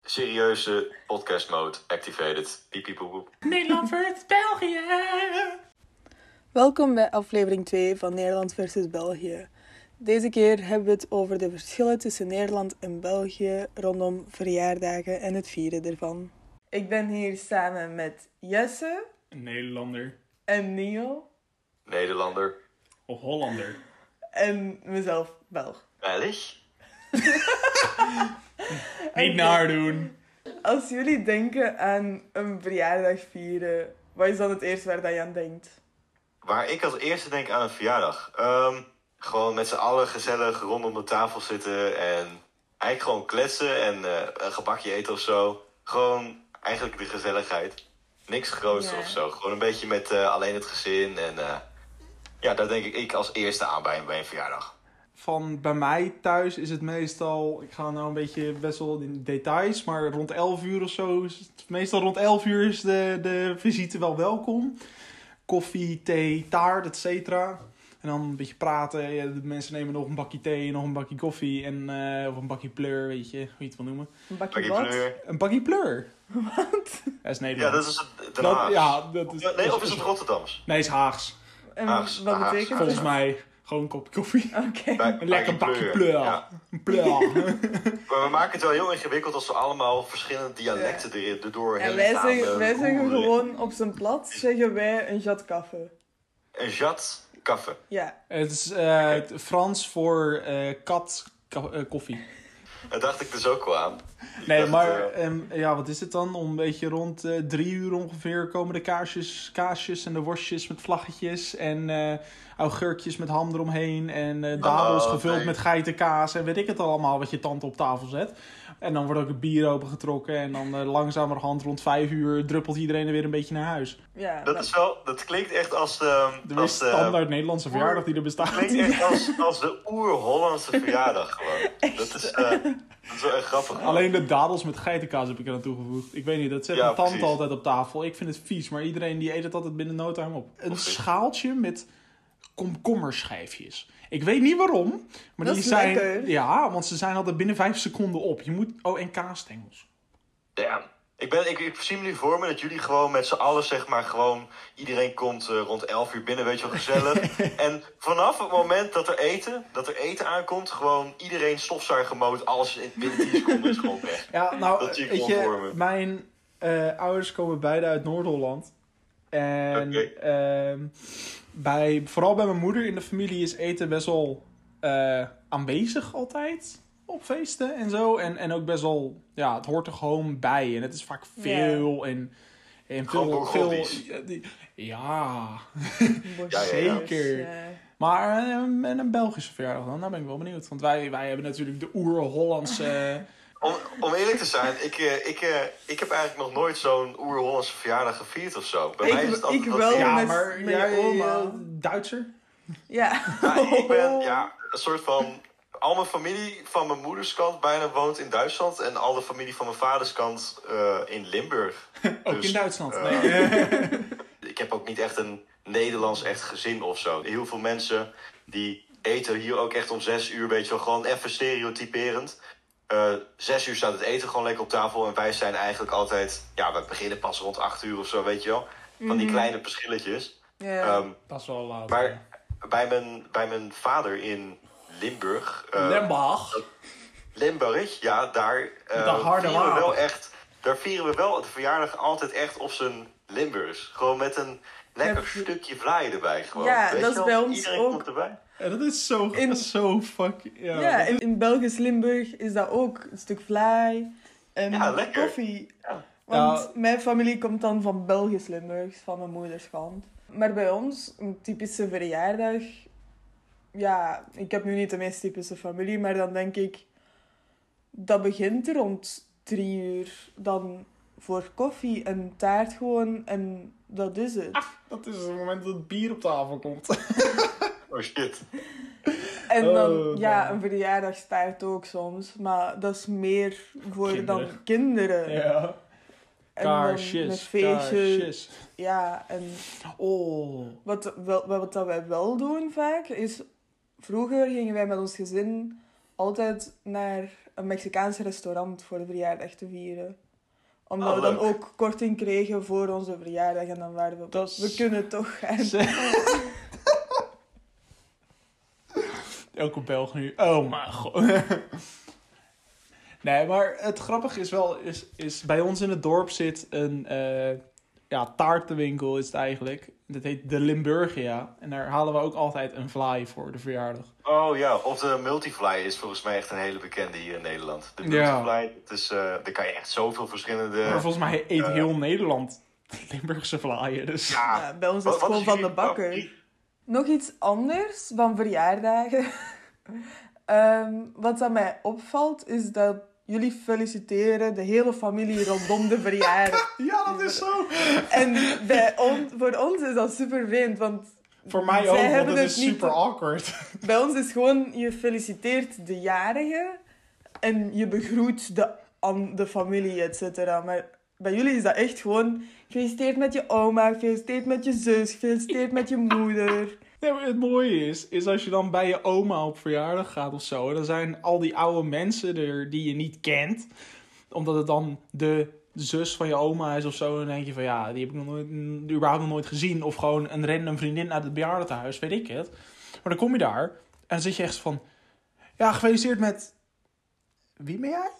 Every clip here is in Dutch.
Serieuze podcast mode activated. Piep, piep, poep, poep. Nederland versus België. Welkom bij aflevering 2 van Nederland versus België. Deze keer hebben we het over de verschillen tussen Nederland en België rondom verjaardagen en het vieren ervan. Ik ben hier samen met Jesse Een Nederlander. en Neil Nederlander. Of Hollander. en mezelf Belg. Belg? Niet naar doen. Als jullie denken aan een verjaardag vieren, wat is dan het eerste waar dat je aan denkt? Waar ik als eerste denk aan een verjaardag. Gewoon met z'n allen gezellig rondom de tafel zitten en eigenlijk gewoon kletsen en een gebakje eten of zo. Gewoon eigenlijk de gezelligheid. Niks groots of zo. Gewoon een beetje met alleen het gezin en ja, daar denk ik als eerste aan bij een verjaardag. Bij mij thuis is het meestal, ik ga nou een beetje best wel in details, maar rond 11 uur of zo, meestal rond 11 uur is de visite wel welkom. Koffie, thee, taart, et cetera. En dan een beetje praten. Ja, de mensen nemen nog een bakje thee, nog een bakje koffie en of een bakje pleur, weet je, hoe je het wil noemen. Een bakje Bakje wat? pleur. Een bakje pleur. Wat? Dat is Ja, Nederland. dat is het Den Haag. dat is, Nee, of is het Rotterdams? Nee, het is Haags. En Haags. wat Haags. betekent Volgens dat? mij gewoon een kopje koffie. Oké. Een lekker bakje pleur. Ja. Een pleur. Maar we maken het wel heel ingewikkeld als we allemaal verschillende dialecten erdoor En heen wij gaan, zeggen roeren. gewoon op zijn plat, zeggen wij een jat kaffe. Een jat kaffe. Ja. Het is het Frans voor koffie. Daar dacht ik dus ook wel aan. Nee, dacht, maar ja, wat is het dan? Om een beetje rond 3 uur ongeveer komen de kaasjes en de worstjes met vlaggetjes en augurkjes met ham eromheen en dadels gevuld nee. met geitenkaas en weet ik het allemaal wat je tante op tafel zet. En dan wordt ook het bier opengetrokken en dan langzamerhand rond 5 uur druppelt iedereen er weer een beetje naar huis. Ja, Dat klinkt echt als De meest standaard Nederlandse verjaardag die er bestaat. klinkt echt als de oer-Hollandse verjaardag gewoon. Dat is wel echt grappig. Alleen de dadels met geitenkaas heb ik er aan toegevoegd. Ik weet niet, dat zet Ja, mijn tante precies. altijd op tafel. Ik vind het vies, maar iedereen die eet het altijd binnen no time op. Een Precies. schaaltje met komkommerschijfjes. Ik weet niet waarom, maar Dat die is zijn... lekker. Ja, want ze zijn altijd binnen 5 seconden op. Je moet... Oh, en kaasstengels. Ja. Ik zie me nu voor me dat jullie gewoon met z'n allen, zeg maar, gewoon... Iedereen komt rond 11 uur binnen, weet je wel, gezellig. En vanaf het moment dat er eten aankomt, gewoon iedereen stofzuigermode, alles binnen 10 seconden is gewoon weg. Ja, nou, Dat zie ik weet gewoon voor je, me. mijn ouders komen beide uit Noord-Holland. En Oké. vooral bij mijn moeder in de familie is eten best wel aanwezig altijd. Op feesten en zo. En ook best wel, ja, het hoort er gewoon bij. En het is vaak veel en Gewoon veel... Bourgondisch. Ja, Ja. zeker. Ja. Maar en een Belgische verjaardag dan, daar ben ik wel benieuwd. Want wij hebben natuurlijk de oer-Hollandse... Om eerlijk te zijn, ik heb eigenlijk nog nooit zo'n oer-Hollandse verjaardag gevierd of zo. Bij mij is het altijd ik wat wel. meer- ja, met- maar met je oma. Duitser? Ja. Ja, ik ben een soort van... Al mijn familie van mijn moeders kant bijna woont in Duitsland. En al de familie van mijn vaders kant in Limburg. Ook Dus, in Duitsland. Ik heb ook niet echt een Nederlands echt gezin of zo. Heel veel mensen die eten hier ook echt om 6 uur, weet je wel. Gewoon even stereotyperend. 6 uur staat het eten gewoon lekker op tafel. En wij zijn eigenlijk altijd... Ja, we beginnen pas rond 8 uur of zo, weet je wel. Van die kleine verschilletjes. Ja. Dat is wel laat. Maar bij mijn vader in Limburg... Lembach. Limburg, ja, daar De harde vieren we water. wel echt... Daar vieren we wel de verjaardag altijd echt op zijn Limburgs. Gewoon met een lekker Ja, stukje vlaai erbij. Gewoon. Ja, Weet dat je is wel? bij ons Iedereen ook. komt erbij. Ja, dat is zo, In- zo fucking... Ja, Ja, in Belgisch Limburg is dat ook een stuk vlaai en Ja, lekker. koffie. Ja. Want Ja. mijn familie komt dan van Belgisch Limburg, van mijn moeders kant. Maar bij ons, een typische verjaardag... Ja, ik heb nu niet de meest typische familie, maar dan denk ik... Dat begint rond 3 uur. Dan voor koffie en taart gewoon en dat is het. Dat is het moment dat het bier op tafel komt. Oh shit. En dan, Oh, ja, man. een verjaardagstaart ook soms. Maar dat is meer voor Kinderen. dan kinderen. Ja. En dan met Kaarsjes, feestjes. kaarsjes. Ja, en Oh. wat dat wij wel doen vaak, is... Vroeger gingen wij met ons gezin altijd naar een Mexicaans restaurant voor de verjaardag te vieren. Omdat we dan leuk. ook korting kregen voor onze verjaardag. En dan waren we... Dat is- We kunnen toch gaan. Elke Belg nu. Oh mijn god. Nee, maar het grappige is wel... Is bij ons in het dorp zit een taartenwinkel is het eigenlijk. Dat heet de Limburgia. En daar halen we ook altijd een vlaai voor de verjaardag. Oh ja, of de Multifly is volgens mij echt een hele bekende hier in Nederland. De Ja. Multifly, dus, daar kan je echt zoveel verschillende... Maar volgens mij eet heel Nederland Limburgse vlaaien. Dus. Ja, bij ons is het Wat gewoon van de jullie bakker. favoriet? Nog iets anders van verjaardagen. Wat aan mij opvalt, is dat jullie feliciteren de hele familie rondom de verjaardag. Ja, dat is zo. En voor ons is dat super vreemd, want Voor mij zij ook, want hebben het het is niet- super awkward. bij ons is gewoon, je feliciteert de jarige en je begroet de familie, et cetera. Maar bij jullie is dat echt gewoon, gefeliciteerd met je oma, gefeliciteerd met je zus, gefeliciteerd met je moeder. Nee, maar het mooie is als je dan bij je oma op verjaardag gaat of zo, dan zijn al die oude mensen er die je niet kent, omdat het dan de zus van je oma is of zo, dan denk je van ja, die heb ik überhaupt nog nooit gezien, of gewoon een random vriendin uit het bejaardentehuis, weet ik het. Maar dan kom je daar en dan zit je echt van, ja, gefeliciteerd met... Wie ben jij?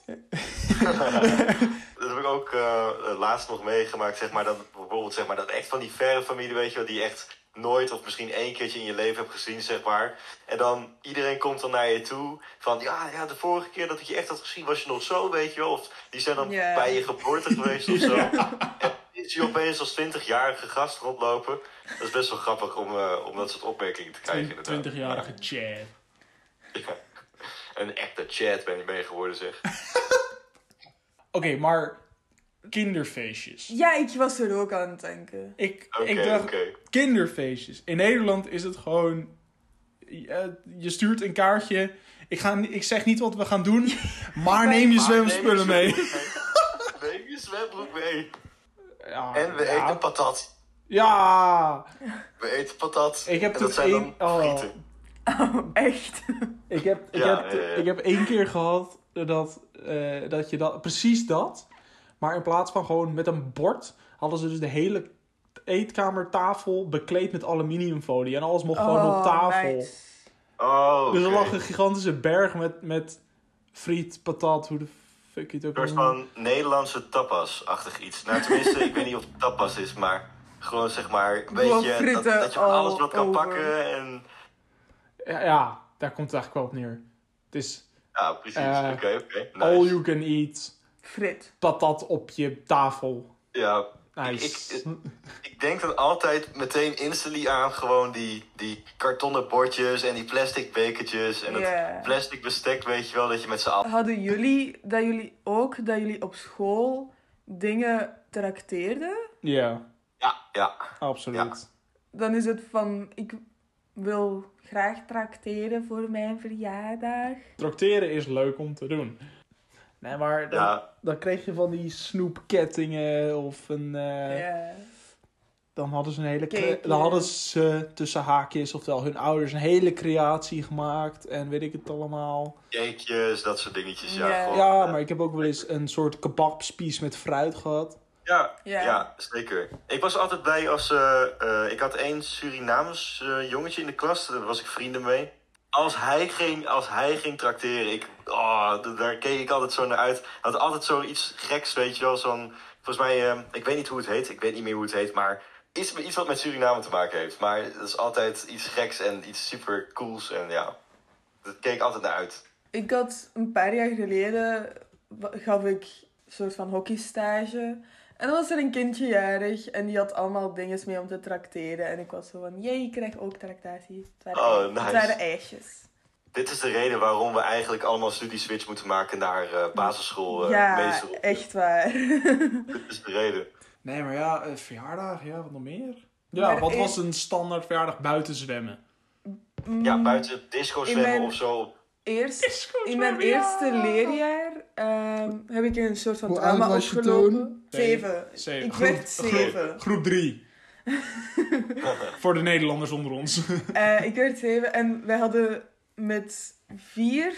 Dat heb ik ook laatst nog meegemaakt, zeg maar, dat bijvoorbeeld, zeg maar, dat echt van die verre familie, weet je wel, die je echt nooit of misschien 1 keertje in je leven hebt gezien, zeg maar. En dan, iedereen komt dan naar je toe van, ja, de vorige keer dat ik je echt had gezien was je nog zo, weet je wel. Of die zijn dan Ja. bij je geboorte geweest of zo. En dan is je opeens als 20-jarige gast rondlopen. Dat is best wel grappig om dat soort opmerkingen te krijgen, inderdaad. 20-jarige Chad. Ja. Een echte chat ben je geworden, zeg. Oké, maar kinderfeestjes. Ja, ik was er ook aan het denken. Ik Oké, dacht, oké. kinderfeestjes. In Nederland is het gewoon... je stuurt een kaartje. Ik zeg niet wat we gaan doen, maar neem je zwemspullen mee. Neem je zwembroek mee. Ja, En we eten patat. Ja! We eten patat. Ik heb en toen dat zijn één... dan Oh, frieten. Echt. ik heb 1 keer gehad dat je dat... Precies dat. Maar in plaats van gewoon met een bord... hadden ze dus de hele eetkamertafel bekleed met aluminiumfolie. En alles mocht gewoon op tafel. Nice. Oh, Dus er oké. lag een gigantische berg met friet, patat, hoe de fuck je het ook Een soort noemt. van Nederlandse tapas-achtig iets. Nou, tenminste, ik weet niet of het tapas is, maar gewoon zeg maar een Gewoon beetje fritten dat je van alles wat kan over. pakken en... Ja, daar komt het eigenlijk wel op neer. Het is Ja, precies. Oké, nice. all you can eat, Frit. patat op je tafel. Ja, Nice. ik denk dan altijd meteen instantly aan gewoon die kartonnen bordjes en die plastic bekertjes en Ja. het plastic bestek, weet je wel, dat je met z'n allen... Hadden jullie dat jullie op school dingen trakteerden? Ja, Ja, absoluut. Dan is het van, ik wil graag trakteren voor mijn verjaardag. Trakteren is leuk om te doen. Nee, maar dan kreeg je van die snoepkettingen of een... Ja. Dan hadden ze een hele... Cakejes. Dan hadden ze tussen haakjes, oftewel hun ouders, een hele creatie gemaakt. En weet ik het allemaal. cakejes, dat soort dingetjes. Ja, Ja. gewoon, Ja, maar ik heb ook wel eens een soort kebabspies met fruit gehad. Ja, Ja. zeker. Ik was altijd blij als... ik had 1 Surinaams jongetje in de klas, daar was ik vrienden mee. Als hij ging trakteren, daar keek ik altijd zo naar uit. Hij had altijd zoiets geks, weet je wel. Volgens mij, ik weet niet hoe het heet, ik weet niet meer hoe het heet, maar iets wat met Suriname te maken heeft. Maar dat is altijd iets geks en iets super cools en ja, daar keek ik altijd naar uit. Ik had een paar jaar geleden, gaf ik een soort van hockeystage. En dan was er een kindje jarig en die had allemaal dingen mee om te trakteren. En ik was zo van, jee, ik krijg ook tractatie. Het nice. waren ijsjes. Dit is de reden waarom we eigenlijk allemaal studieswitch moeten maken naar basisschool. Ja, meester. echt waar. Dit is de reden. Nee, maar ja, verjaardag, ja, wat nog meer? Ja, Maar wat was een standaard verjaardag buiten zwemmen? Ja, buiten disco zwemmen mijn- of zo. In mijn eerste leerjaar heb ik een soort van trauma opgelopen. 7. Ik werd 7. Groep 3. Voor de Nederlanders onder ons. Ik werd 7 en wij hadden met 4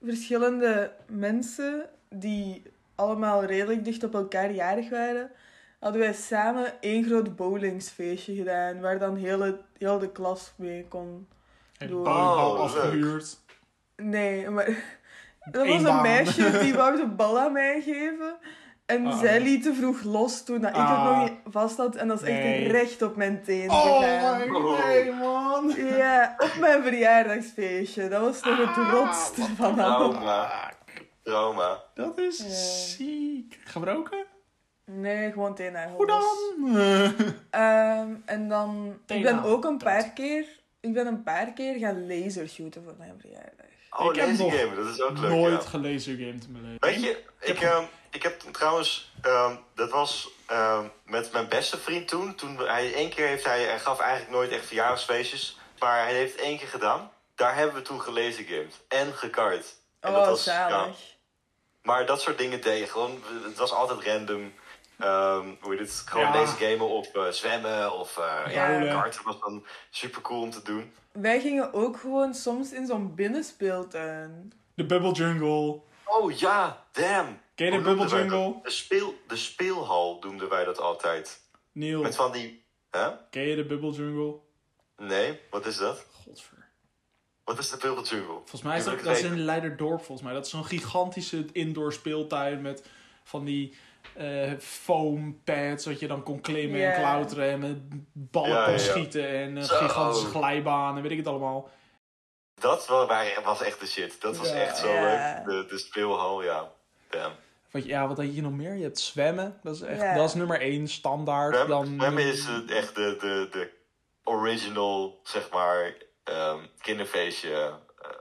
verschillende mensen die allemaal redelijk dicht op elkaar jarig waren, hadden wij samen één groot bowlingsfeestje gedaan, waar dan heel de klas mee kon Heb Doe. bowlingbal Oh, afgehuurd. Nee, maar dat Eén was een baan. meisje die wou de bal aan mij geven. En Ah. zij liet te vroeg los toen dat ik het Ah. nog niet vast had. En dat is echt Nee. recht op mijn teen Oh gegaan. my god, nee, man. Ja, op mijn verjaardagsfeestje. Dat was nog het rotste van allemaal. Trauma. Dat is Ja. ziek. Gebroken? Nee, gewoon teennagels. Hoe dan? En dan... Ik Teennagel, ben ook een dat. paar keer gaan lasershooten voor mijn verjaardag. Oh, Ik heb lazy nog gamen, dat is ook leuk. Nooit Ja. gelasergamed in mijn leven. Weet je, ik heb trouwens, dat was met mijn beste vriend toen hij één keer hij gaf eigenlijk nooit echt verjaardagsfeestjes, maar hij heeft het één keer gedaan. Daar hebben we toen gelasergamed en gekart. En dat Oh, was, ja, zalig. maar dat soort dingen deed je gewoon, het was altijd random. Hoe heet het? Gewoon Ja. lasergamen of zwemmen of Ja. karten was dan super cool om te doen. Wij gingen ook gewoon soms in zo'n binnenspeeltuin. De Bubble Jungle. Oh ja, damn! Ken je de Hoe Bubble noemden wij Jungle? dat? De speelhal noemden wij dat altijd. Neil, Met van die... Huh? ken je de Bubble Jungle? Nee, wat is dat? Godver. Wat is de Bubble Jungle? Volgens mij is Ik heb dat, het dat is weten. in Leiderdorp volgens mij. Dat is zo'n gigantische indoor speeltuin met van die foam pads, dat je dan kon klimmen Ja. en klauteren en met ballen Ja, kon ja. schieten en Zo. gigantische glijbanen, weet ik het allemaal. Dat was echt de shit. Dat was Ja. echt zo Ja. leuk. De speelhal, ja. Damn. Wat had je nog meer? Je hebt zwemmen, dat is echt, Ja. dat is nummer 1 standaard. Dan, Zwemmen is echt de original, zeg maar, kinderfeestje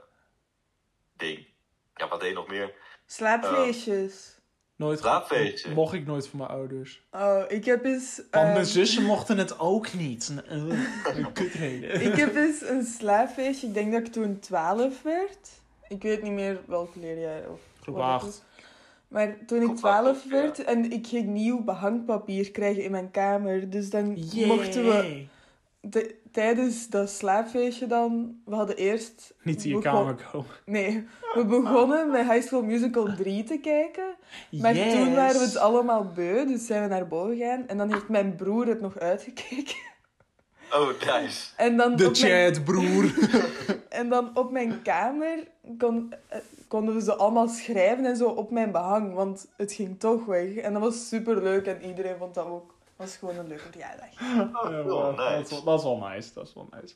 ding. Ja, wat deed je nog meer? Slaapfeestjes. nooit Slaapfeestje. mocht ik nooit van mijn ouders. Oh, ik heb eens... Want mijn zussen mochten het ook niet. Een kutreden. Ik heb eens een slaapfeestje. Ik denk dat ik toen 12 werd. Ik weet niet meer welk leerjaar. Of Groep wat het 8. is. Maar toen ik Groep 12 8, werd en ik ging nieuw behangpapier krijgen in mijn kamer. Dus dan mochten we tijdens dat slaapfeestje dan... We hadden eerst... Niet in je begon- kamer komen. Nee, we begonnen met High School Musical 3 te kijken. Maar Yes. toen waren we het allemaal beu, dus zijn we naar boven gegaan. En dan heeft mijn broer het nog uitgekeken. Oh, nice. En dan De op mijn- chat, broer. En dan op mijn kamer konden we ze allemaal schrijven en zo op mijn behang, want het ging toch weg. En dat was super leuk en iedereen vond dat ook. Het was gewoon een leuke verjaardag. Oh, Ja, cool, dat, nice. dat is wel nice. Dat is wel nice.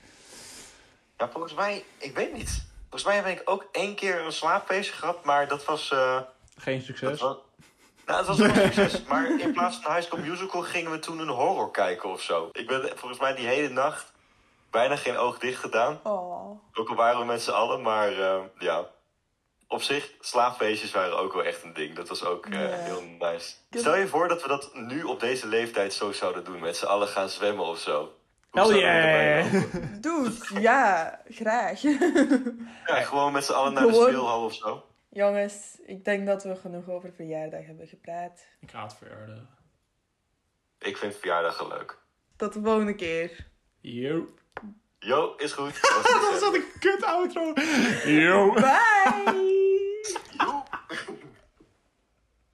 Ja, volgens mij, ik weet niet. Volgens mij heb ik ook één keer een slaapfeestje gehad, maar dat was... Geen dat succes. was nou, het was wel een succes. Maar in plaats van High School Musical gingen we toen een horror kijken of zo. Ik ben volgens mij die hele nacht bijna geen oog dicht gedaan. Oh. Ook al waren we met z'n allen, maar ja. Op zich, slaapfeestjes waren ook wel echt een ding. Dat was ook Ja. heel nice. Stel je voor dat we dat nu op deze leeftijd zo zouden doen. Met z'n allen gaan zwemmen of zo. Hoe Hell zou dat erbij yeah! lopen? Dude, ja, graag. Ja, gewoon met z'n allen naar de Gewoon- speelhal of zo. Jongens, ik denk dat we genoeg over verjaardag hebben gepraat. Ik haat verjaardag. Ik vind verjaardagen leuk. Tot de volgende keer. Yo. Yo, is goed. Dat was een kut outro. Yo. Bye!